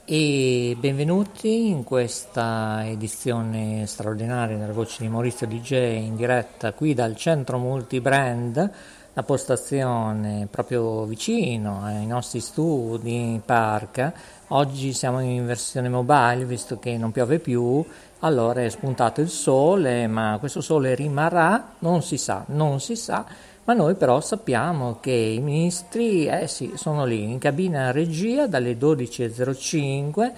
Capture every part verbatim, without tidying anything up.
E benvenuti in questa edizione straordinaria della Voce di Maurizio D J in diretta qui dal centro multibrand, la postazione proprio vicino ai nostri studi in Parca. Oggi siamo in versione mobile visto che non piove più, allora è spuntato il sole, ma questo sole rimarrà? Non si sa, non si sa. Ma noi però sappiamo che i ministri, eh sì, sono lì in cabina regia dalle dodici e zero cinque,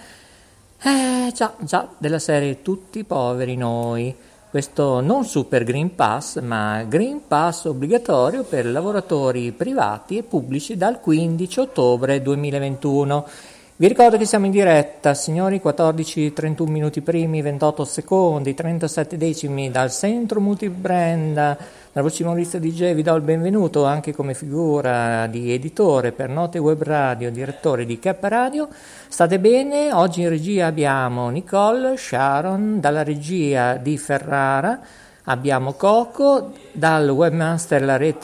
eh già, già, della serie tutti poveri noi. Questo non super Green Pass, ma Green Pass obbligatorio per lavoratori privati e pubblici dal quindici ottobre duemilaventuno. Vi ricordo che siamo in diretta, signori, quattordici e trentuno minuti primi, ventotto secondi, trentasette decimi dal centro multibrand, la Voce Maurizio D J vi do il benvenuto anche come figura di editore per Note Web Radio, direttore di K Radio. State bene? Oggi in regia abbiamo Nicole, Sharon, dalla regia di Ferrara abbiamo Coco, dal webmaster La Rete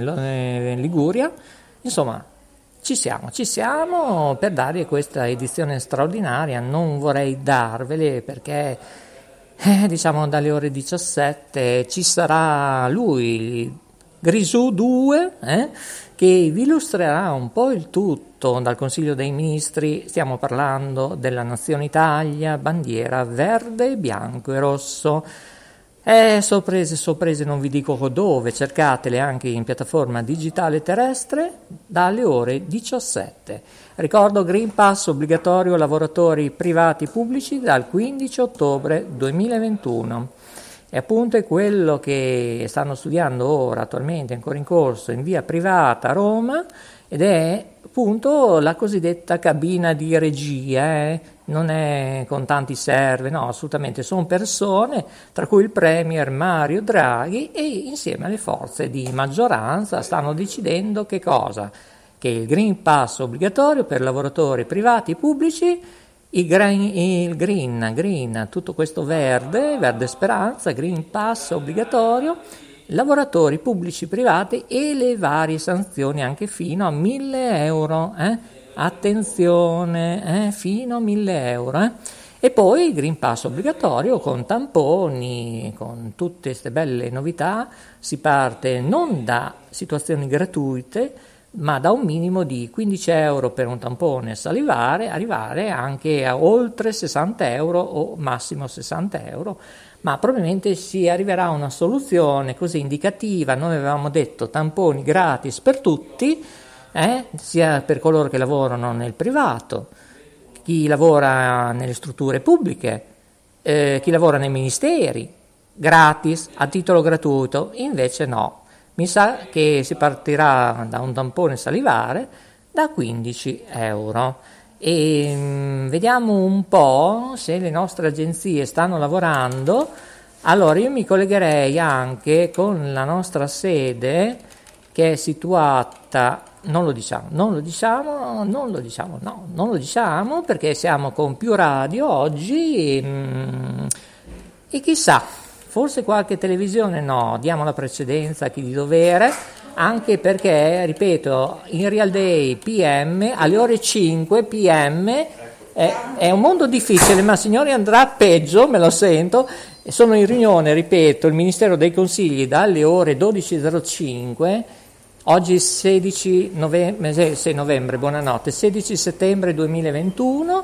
in Liguria, insomma. Ci siamo, ci siamo per darvi questa edizione straordinaria. Non vorrei darvele perché eh, diciamo dalle ore diciassette ci sarà lui, Grisù due, eh, che vi illustrerà un po' il tutto dal Consiglio dei Ministri. Stiamo parlando della Nazione Italia, bandiera verde, bianco e rosso. Eh, sorprese, sorprese, non vi dico dove, cercatele anche in piattaforma digitale terrestre dalle ore diciassette. Ricordo Green Pass obbligatorio lavoratori privati pubblici dal quindici ottobre duemilaventuno. E appunto è quello che stanno studiando ora, attualmente ancora in corso, in via privata a Roma, ed è appunto la cosiddetta cabina di regia, eh? Non è con tanti server, no, assolutamente, sono persone, tra cui il Premier Mario Draghi, e insieme alle forze di maggioranza stanno decidendo che cosa? Che il Green Pass obbligatorio per lavoratori privati e pubblici, il green, il green, green, tutto questo verde, verde speranza, Green Pass obbligatorio, lavoratori pubblici privati e le varie sanzioni anche fino a mille euro, eh? Attenzione, eh? Fino a mille euro, eh? E poi il Green Pass obbligatorio con tamponi, con tutte queste belle novità. Si parte non da situazioni gratuite, ma da un minimo di quindici euro per un tampone salivare, arrivare anche a oltre sessanta euro o massimo sessanta euro, ma probabilmente si arriverà a una soluzione così indicativa. Noi avevamo detto tamponi gratis per tutti, eh, sia per coloro che lavorano nel privato, chi lavora nelle strutture pubbliche, eh, chi lavora nei ministeri, gratis, a titolo gratuito. Invece no, mi sa che si partirà da un tampone salivare da quindici euro. E mh, vediamo un po' se le nostre agenzie stanno lavorando. Allora io mi collegherei anche con la nostra sede che è situata, non lo diciamo, non lo diciamo, non lo diciamo, no, non lo diciamo perché siamo con Più Radio oggi mh, e chissà, forse qualche televisione no, diamo la precedenza a chi di dovere, anche perché, ripeto, in Real Day P M alle ore cinque P M è, è un mondo difficile, ma signori andrà peggio, me lo sento. Sono in riunione, ripeto, il Ministero dei Consigli dalle ore dodici e zero cinque, oggi sedici novembre, sei novembre, buonanotte, sedici settembre duemilaventuno.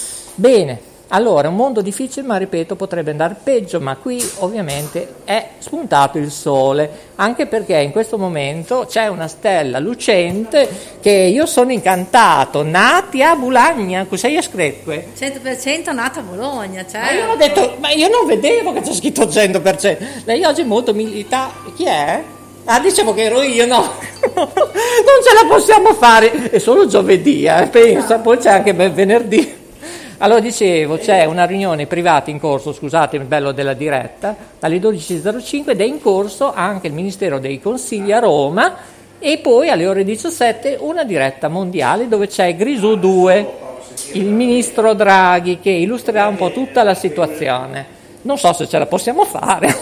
Bene. Allora, un mondo difficile, ma ripeto, potrebbe andare peggio, ma qui ovviamente è spuntato il sole, anche perché in questo momento c'è una stella lucente che io sono incantato, nati a Bulagna, cosa hai scritto? cento per cento nata a Bologna, cioè. Ma io ho detto, ma io non vedevo che c'è scritto cento per cento, lei oggi è molto militare, chi è? Ah, dicevo che ero io, no, non ce la possiamo fare, è solo giovedì, eh, pensa, poi c'è anche venerdì. Allora dicevo, c'è una riunione privata in corso, scusate il bello della diretta, alle dodici e zero cinque ed è in corso anche il Ministero dei Consigli a Roma e poi alle ore diciassette una diretta mondiale dove c'è Grisù due, il ministro Draghi, che illustrerà un po' tutta la situazione. Non so se ce la possiamo fare,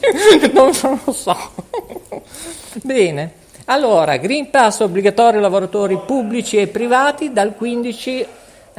non lo so. Bene, allora, Green Pass obbligatorio lavoratori pubblici e privati dal quindici